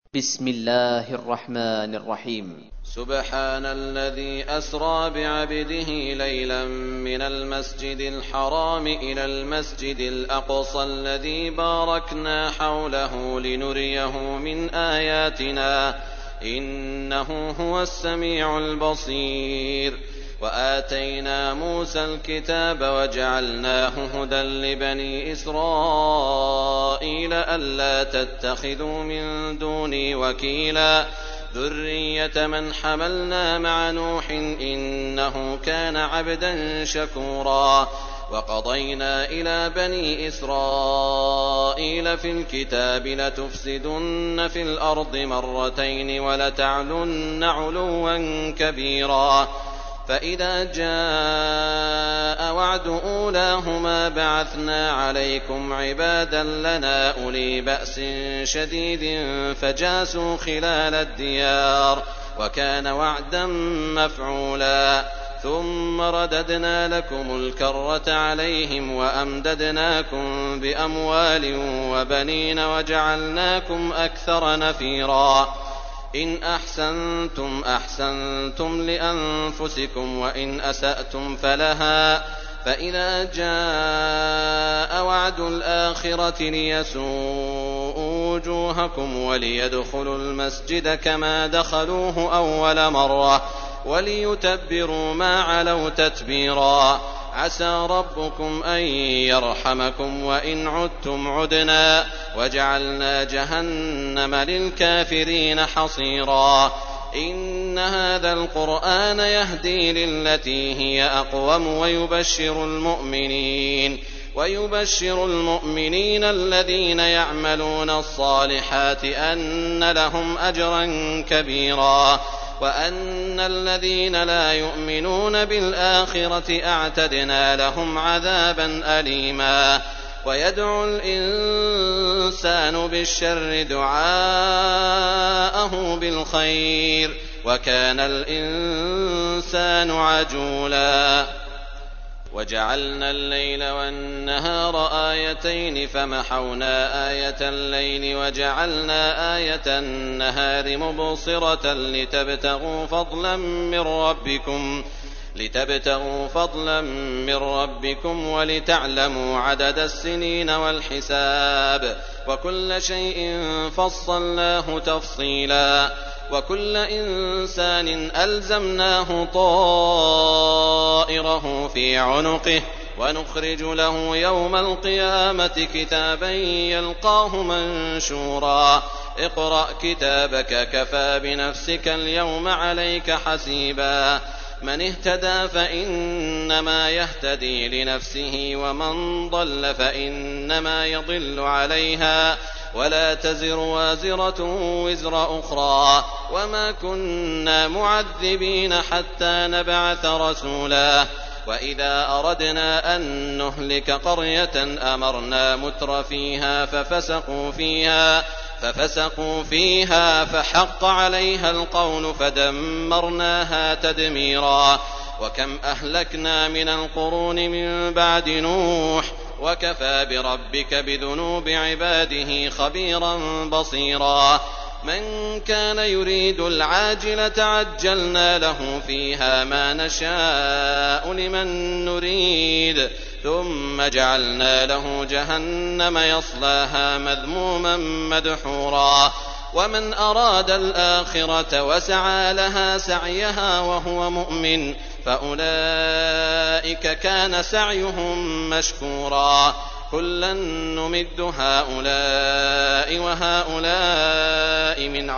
بسم الله الرحمن الرحيم. سبحان الذي أسرى بعبده ليلا من المسجد الحرام إلى المسجد الأقصى الذي باركنا حوله لنريه من آياتنا إنه هو السميع البصير. وآتينا موسى الكتاب وجعلناه هدى لبني إسرائيل ألا تتخذوا من دوني وكيلا ذرية من حملنا مع نوح إنه كان عبدا شكورا. وقضينا إلى بني إسرائيل في الكتاب لتفسدن في الأرض مرتين ولتعلن علوا كبيرا. فإذا جاء وعد أولاهما بعثنا عليكم عبادا لنا أولي بأس شديد فجاسوا خلال الديار وكان وعدا مفعولا. ثم رددنا لكم الكرة عليهم وأمددناكم بأموال وبنين وجعلناكم أكثر نفيرا. إن أحسنتم أحسنتم لأنفسكم وإن أسأتم فلها. فإذا جاء وعد الآخرة ليسوءوا وجوهكم وليدخلوا المسجد كما دخلوه أول مرة وليتبروا ما علوا تتبيرا. عسى ربكم أن يرحمكم وإن عدتم عدنا وجعلنا جهنم للكافرين حصيرا. إن هذا القرآن يهدي للتي هي أقوم ويبشر المؤمنين الذين يعملون الصالحات أن لهم أجرا كبيرا وأن الذين لا يؤمنون بالآخرة أعتدنا لهم عذابا أليما. ويدعو الإنسان بالشر دعاءه بالخير وكان الإنسان عجولا. وجعلنا الليل والنهار آيتين فمحونا آية الليل وجعلنا آية النهار مبصرة لتبتغوا فضلا من ربكم ولتعلموا عدد السنين والحساب وكل شيء فصلناه تفصيلا. وكل إنسان ألزمناه طائره في عنقه ونخرج له يوم القيامة كتابا يلقاه منشورا. اقرأ كتابك كفى بنفسك اليوم عليك حسيبا. من اهتدى فإنما يهتدي لنفسه ومن ضل فإنما يضل عليها ولا تزر وازرة وزر أخرى وما كنا معذبين حتى نبعث رسولا. وإذا أردنا أن نهلك قرية أمرنا متر فيها ففسقوا فيها فحق عليها القول فدمرناها تدميرا. وكم أهلكنا من القرون من بعد نوح وكفى بربك بذنوب عباده خبيرا بصيرا. من كان يريد العاجلة عجلنا له فيها ما نشاء لمن نريد ثم جعلنا له جهنم يصلاها مذموما مدحورا. ومن أراد الآخرة وسعى لها سعيها وهو مؤمن فأولئك كان سعيهم مشكورا. كلا نمد هؤلاء وهؤلاء من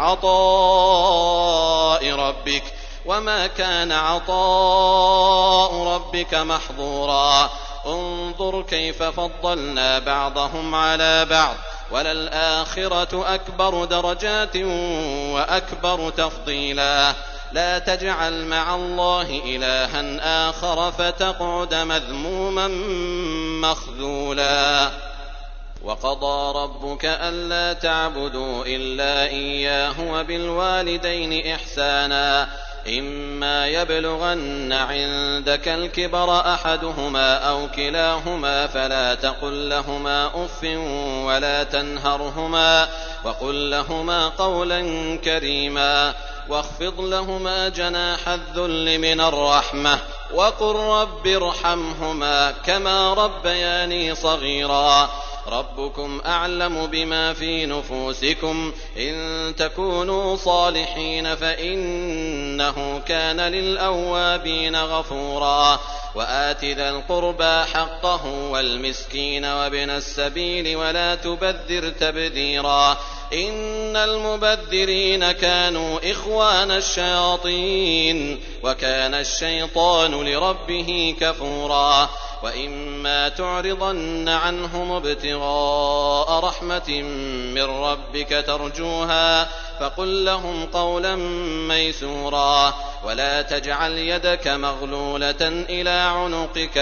عطاء ربك وما كان عطاء ربك محظورا. انظر كيف فضلنا بعضهم على بعض وللآخرة أكبر درجات وأكبر تفضيلا. لا تجعل مع الله إلها آخر فتقعد مذموما مخذولا. وقضى ربك ألا تعبدوا إلا إياه وبالوالدين إحسانا إما يبلغن عندك الكبر أحدهما أو كلاهما فلا تقل لهما أف ولا تنهرهما وقل لهما قولا كريما واخفض لهما جناح الذل من الرحمة وقل رب ارحمهما كما ربياني صغيرا ربكم أعلم بما في نفوسكم إن تكونوا صالحين فإنه كان للأوابين غفورا وآت ذا القربى حقه والمسكين وابن السبيل ولا تبذر تبذيرا إن المبذرين كانوا إخوان الشياطين وكان الشيطان لربه كفورا وإما تعرضن عنهم ابتغاء رحمة من ربك ترجوها فقل لهم قولا ميسورا ولا تجعل يدك مغلولة إلى عنقك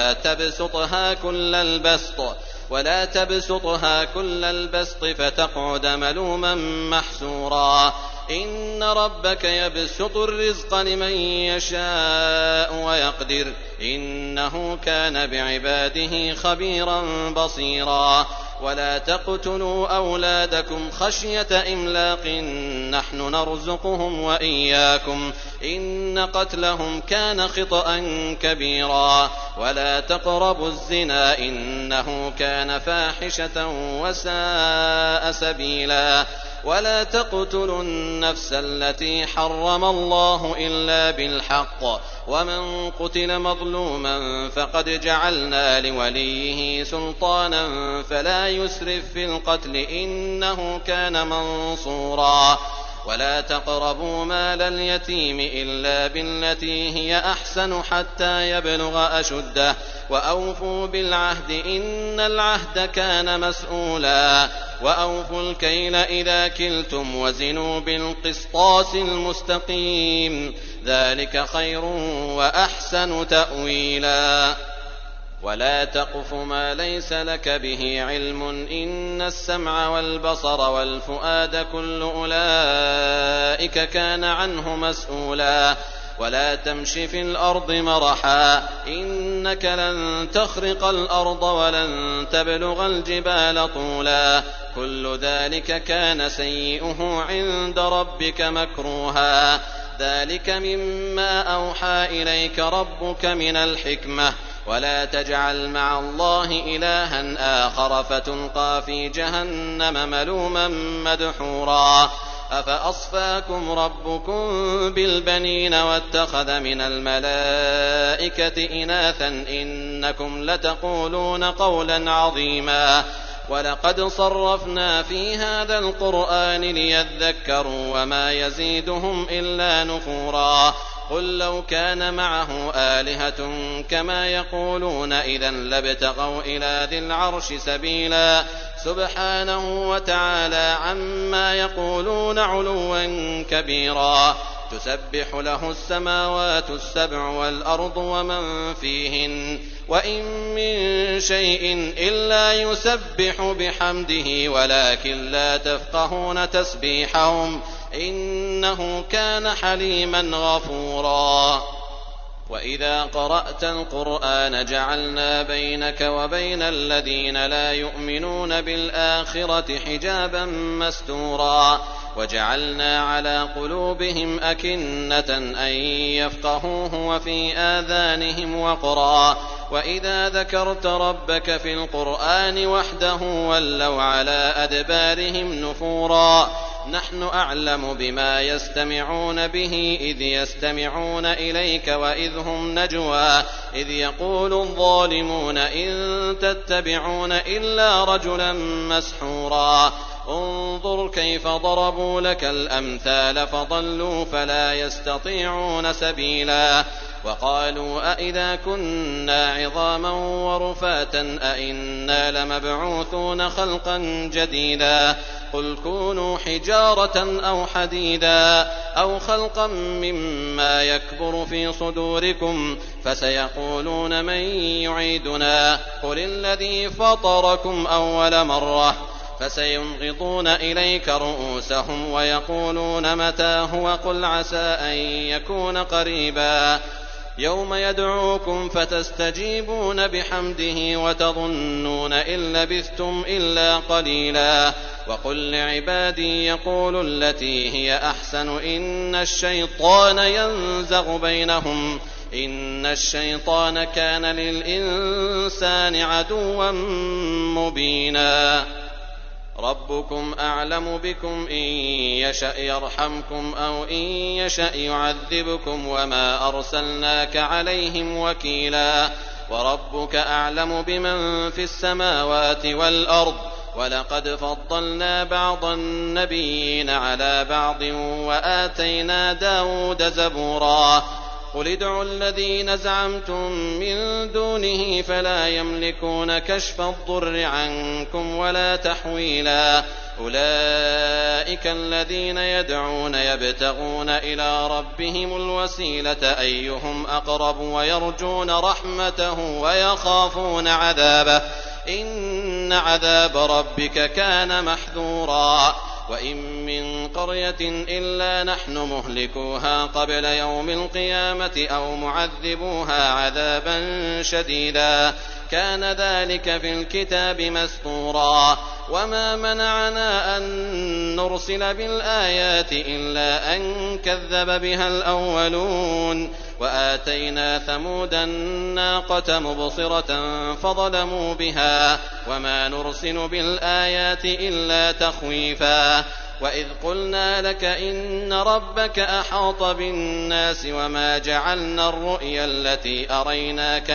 ولا تبسطها كل البسط فتقعد ملوما محسورا إن ربك يبسط الرزق لمن يشاء ويقدر إنه كان بعباده خبيرا بصيرا ولا تقتلوا أولادكم خشية إملاق نحن نرزقهم وإياكم إن قتلهم كان خطأ كبيرا ولا تقربوا الزنا إنه كان فاحشة وساء سبيلا ولا تقتلوا النفس التي حرم الله إلا بالحق ومن قتل مظلوما فقد جعلنا لوليه سلطانا فلا يسرف في القتل إنه كان منصورا ولا تقربوا مال اليتيم إلا بالتي هي أحسن حتى يبلغ أشده وأوفوا بالعهد إن العهد كان مسؤولا وأوفوا الكيل إذا كلتم وزنوا بالقسطاس المستقيم ذلك خير وأحسن تأويلا ولا تقف ما ليس لك به علم إن السمع والبصر والفؤاد كل أولئك كان عنه مسؤولا ولا تمش في الأرض مرحا إنك لن تخرق الأرض ولن تبلغ الجبال طولا كل ذلك كان سيئه عند ربك مكروها ذلك مما أوحى إليك ربك من الحكمة ولا تجعل مع الله إلها آخر فتلقى في جهنم ملوما مدحورا أفأصفاكم ربكم بالبنين واتخذ من الملائكة إناثا إنكم لتقولون قولا عظيما ولقد صرفنا في هذا القرآن ليذكروا وما يزيدهم إلا نفورا قل لو كان معه آلهة كما يقولون إذا لابتغوا إلى ذي العرش سبيلا سبحانه وتعالى عما يقولون علوا كبيرا تسبح له السماوات السبع والأرض ومن فيهن وإن من شيء إلا يسبح بحمده ولكن لا تفقهون تسبيحهم إنه كان حليما غفورا وإذا قرأت القرآن جعلنا بينك وبين الذين لا يؤمنون بالآخرة حجابا مستورا وجعلنا على قلوبهم أكنة أن يفقهوه وفي آذانهم وقرا وإذا ذكرت ربك في القرآن وحده ولوا على أدبارهم نفورا نحن أعلم بما يستمعون به إذ يستمعون إليك وإذ هم نجوى إذ يقول الظالمون إن تتبعون إلا رجلا مسحورا انظر كيف ضربوا لك الأمثال فضلوا فلا يستطيعون سبيلا وقالوا أئذا كنا عظاما ورفاتا أئنا لمبعوثون خلقا جديدا قل كونوا حجارة أو حديدا أو خلقا مما يكبر في صدوركم فسيقولون من يعيدنا قل الذي فطركم أول مرة فسينغضون إليك رؤوسهم ويقولون متى هو قل عسى أن يكون قريبا يوم يدعوكم فتستجيبون بحمده وتظنون إن لبثتم إلا قليلا وقل لعبادي يقولوا التي هي أحسن إن الشيطان ينزغ بينهم إن الشيطان كان للإنسان عدوا مبينا ربكم أعلم بكم إن يشأ يرحمكم أو إن يشأ يعذبكم وما أرسلناك عليهم وكيلا وربك أعلم بمن في السماوات والأرض ولقد فضلنا بعض النبيين على بعض وآتينا داود زبورا قل ادعوا الذين زعمتم من دونه فلا يملكون كشف الضر عنكم ولا تحويلا أولئك الذين يدعون يبتغون إلى ربهم الوسيلة أيهم أقرب ويرجون رحمته ويخافون عذابه إن عذاب ربك كان محذورا وإن من قرية إلا نحن مهلكوها قبل يوم القيامة أو معذبوها عذابا شديدا كان ذلك في الكتاب مسطورا وما منعنا أن نرسل بالآيات إلا أن كذب بها الأولون وآتينا ثمود الناقة مبصرة فظلموا بها وما نرسل بالآيات إلا تخويفا وإذ قلنا لك إن ربك أحاط بالناس وما جعلنا الرؤيا التي أريناك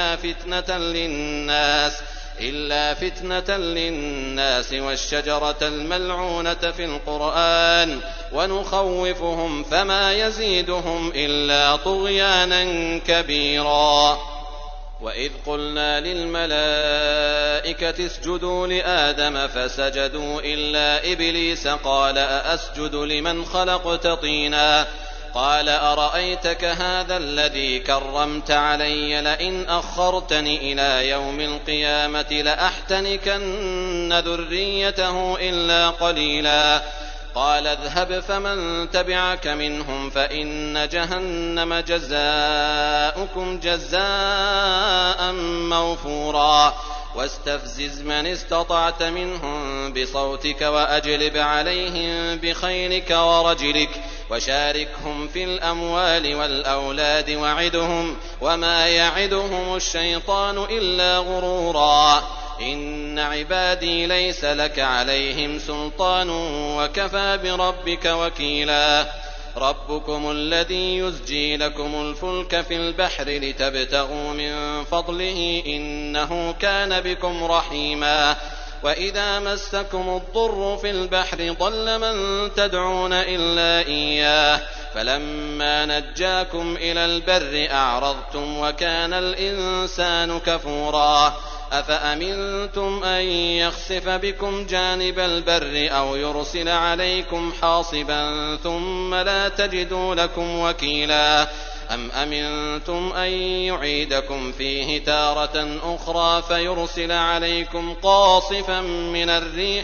إلا فتنة للناس والشجرة الملعونة في القرآن ونخوفهم فما يزيدهم إلا طغيانا كبيرا وإذ قلنا للملائكة اسجدوا لآدم فسجدوا إلا إبليس قال أأسجد لمن خلقت طينا قال أرأيتك هذا الذي كرمت علي لئن أخرتني إلى يوم القيامة لأحتنكن ذريته إلا قليلا قال اذهب فمن تبعك منهم فإن جهنم جزاؤكم جزاء موفورا واستفزز من استطعت منهم بصوتك وأجلب عليهم بخيلك ورجلك وشاركهم في الأموال والأولاد وعدهم وما يعدهم الشيطان إلا غرورا إن عبادي ليس لك عليهم سلطان وكفى بربك وكيلا ربكم الذي يزجي لكم الفلك في البحر لتبتغوا من فضله إنه كان بكم رحيما وإذا مسكم الضر في البحر ضل من تدعون إلا إياه فلما نجاكم إلى البر أعرضتم وكان الإنسان كفورا أفأمنتم أن يخسف بكم جانب البر أو يرسل عليكم حاصبا ثم لا تجدوا لكم وكيلا أم أمنتم أن يعيدكم فيه تارة أخرى فيرسل عليكم قاصفا من الريح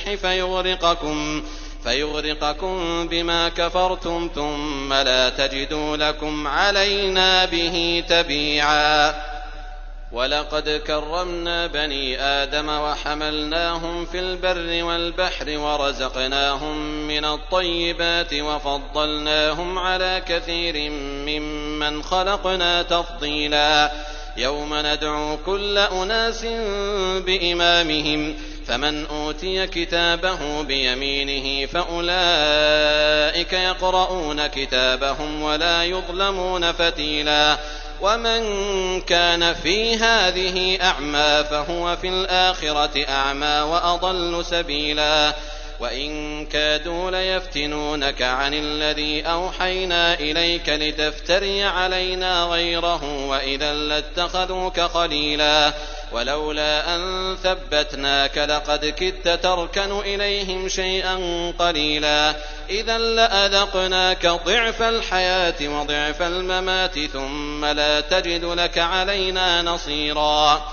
فيغرقكم بما كفرتم ثم لا تجدوا لكم علينا به تبيعا ولقد كرمنا بني آدم وحملناهم في البر والبحر ورزقناهم من الطيبات وفضلناهم على كثير ممن خلقنا تفضيلا يوم ندعو كل أناس بإمامهم فمن أوتي كتابه بيمينه فأولئك يقرؤون كتابهم ولا يظلمون فتيلا ومن كان في هذه أعمى فهو في الآخرة أعمى وأضل سبيلا وإن كادوا ليفتنونك عن الذي أوحينا إليك لتفتري علينا غيره وإذا لاتخذوك خليلا ولولا أن ثبتناك لقد كدت تركن إليهم شيئا قليلا إذا لأذقناك ضعف الحياة وضعف الممات ثم لا تجد لك علينا نصيرا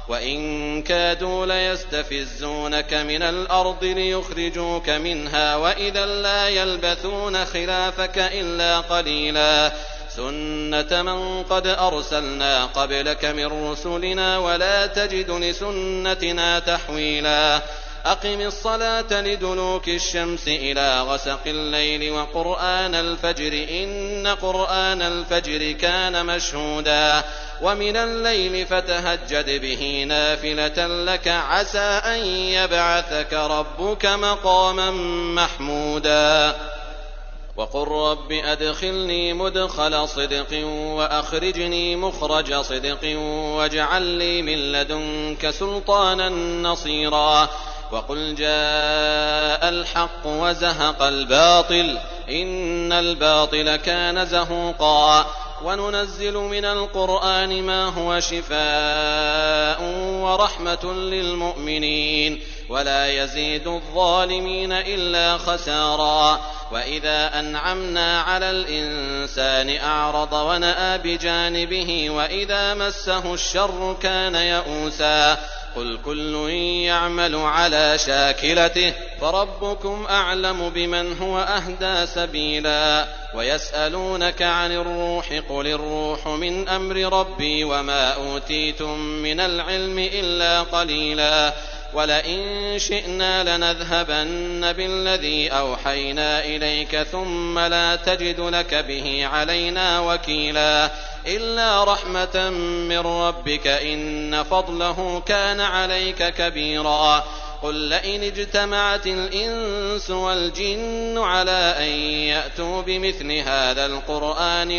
وإن كادوا ليستفزونك من الأرض ليخرجوك منها وإذا لا يلبثون خلافك إلا قليلا سنة من قد أرسلنا قبلك من رسلنا ولا تجد لسنتنا تحويلا أقم الصلاة لدلوك الشمس إلى غسق الليل وقرآن الفجر إن قرآن الفجر كان مشهودا ومن الليل فتهجد به نافلة لك عسى أن يبعثك ربك مقاما محمودا وقل رب أدخلني مدخل صدق وأخرجني مخرج صدق واجعل لي من لدنك سلطانا نصيرا وقل جاء الحق وزهق الباطل إن الباطل كان زهوقا وننزل من القرآن ما هو شفاء ورحمة للمؤمنين ولا يزيد الظالمين إلا خسارا وإذا أنعمنا على الإنسان أعرض ونأى بجانبه وإذا مسه الشر كان يئوسا قل كل يعمل على شاكلته فربكم أعلم بمن هو أهدى سبيلا ويسألونك عن الروح قل الروح من أمر ربي وما أوتيتم من العلم إلا قليلا ولئن شئنا لنذهبن بالذي أوحينا إليك ثم لا تجد لك به علينا وكيلا إلا رحمة من ربك إن فضله كان عليك كبيرا قل لئن اجتمعت الإنس والجن على أن يأتوا بمثل هذا القرآن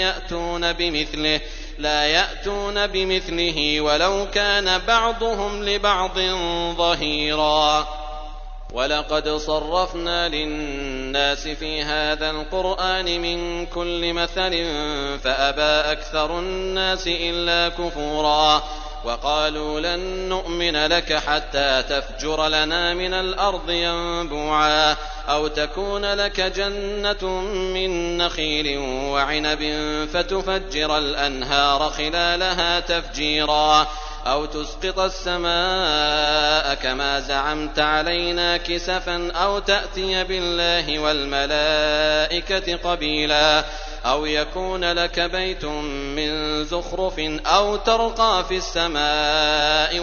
لا يأتون بمثله ولو كان بعضهم لبعض ظهيرا ولقد صرفنا للناس في هذا القرآن من كل مثل فأبى أكثر الناس إلا كفورا وقالوا لن نؤمن لك حتى تفجر لنا من الأرض ينبوعا أو تكون لك جنة من نخيل وعنب فتفجر الأنهار خلالها تفجيرا أو تسقط السماء كما زعمت علينا كسفا أو تأتي بالله والملائكة قبيلا أو يكون لك بيت من زخرف أو ترقى في السماء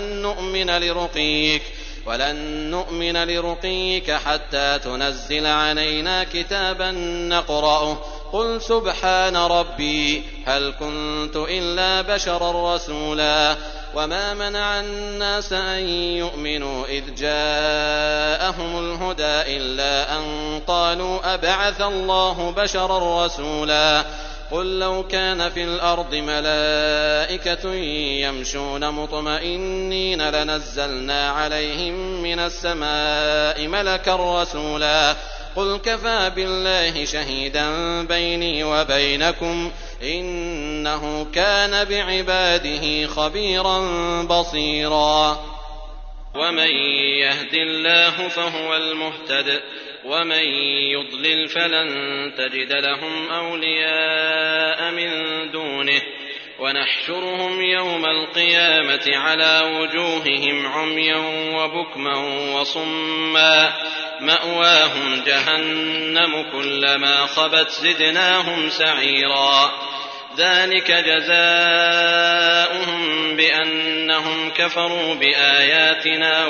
ولن نؤمن لرقيك حتى تنزل علينا كتابا نقرأه قل سبحان ربي هل كنت إلا بشرا رسولا وما منع الناس أن يؤمنوا إذ جاءهم الهدى إلا أن قالوا أبعث الله بشرا رسولا قل لو كان في الأرض ملائكة يمشون مطمئنين لنزلنا عليهم من السماء ملكا رسولا قل كفى بالله شهيدا بيني وبينكم إنه كان بعباده خبيرا بصيرا ومن يهد الله فهو المهتد ومن يضلل فلن تجد لهم أولياء من دونه ونحشرهم يوم القيامة على وجوههم عميا وبكما وصما مأواهم جهنم كلما خبت زدناهم سعيرا ذلك جزاؤهم بأنهم كفروا بآياتنا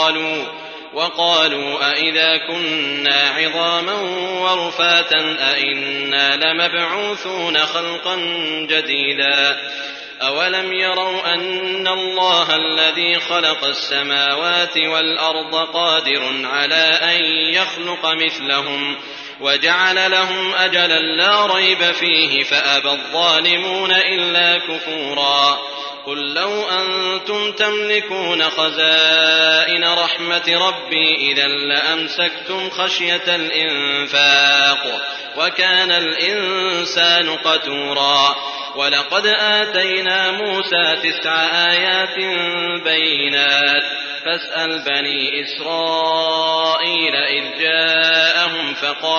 وقالوا أئذا كنا عظاما ورفاتا أئنا لمبعوثون خلقا جديدا أولم يروا أن الله الذي خلق السماوات والأرض قادر على أن يخلق مثلهم وجعل لهم أجلا لا ريب فيه فأبى الظالمون إلا كفورا قل لو أنتم تملكون خزائن رحمة ربي إذا لأمسكتم خشية الإنفاق وكان الإنسان قتورا ولقد آتينا موسى 9 آيات بينات فاسأل بني إسرائيل إذ جاءهم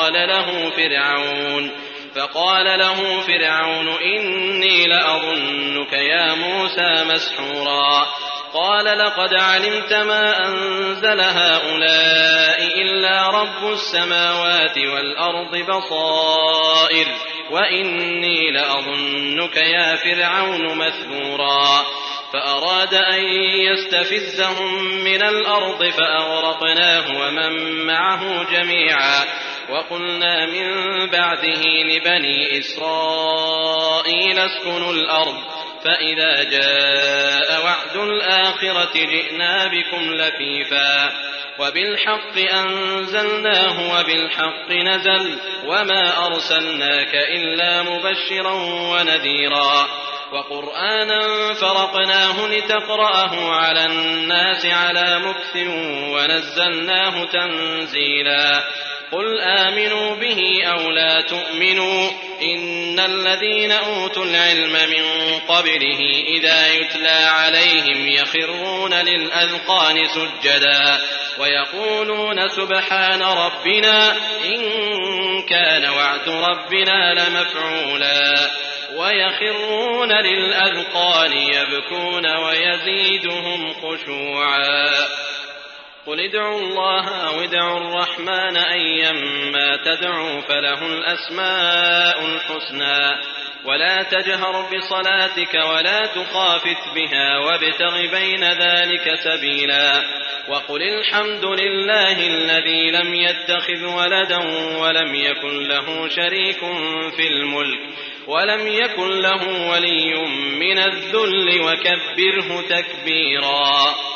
فقال له فرعون إني لأظنك يا موسى مسحورا قال لقد علمت ما أنزل هؤلاء إلا رب السماوات والأرض بصائر وإني لأظنك يا فرعون مثبورا فأراد أن يستفزهم من الأرض فأغرقناه ومن معه جميعا وقلنا من بعده لبني إسرائيل اسكنوا الأرض فإذا جاء وعد الآخرة جئنا بكم لفيفا وبالحق أنزلناه وبالحق نزل وما أرسلناك إلا مبشرا ونذيرا وقرآنا فرقناه لتقرأه على الناس على مكث ونزلناه تنزيلا قل آمنوا به أو لا تؤمنوا إن الذين أوتوا العلم من قبله إذا يتلى عليهم يخرون للأذقان سجدا ويقولون سبحان ربنا إن كان وعد ربنا لمفعولا ويخرون للأذقان يبكون ويزيدهم خشوعا قل ادعوا الله أو ادعوا الرحمن أيما تدعوا فله الأسماء الحسنى ولا تجهر بصلاتك ولا تخافت بها وابتغ بين ذلك سبيلا وقل الحمد لله الذي لم يتخذ ولدا ولم يكن له شريك في الملك ولم يكن له ولي من الذل وكبره تكبيرا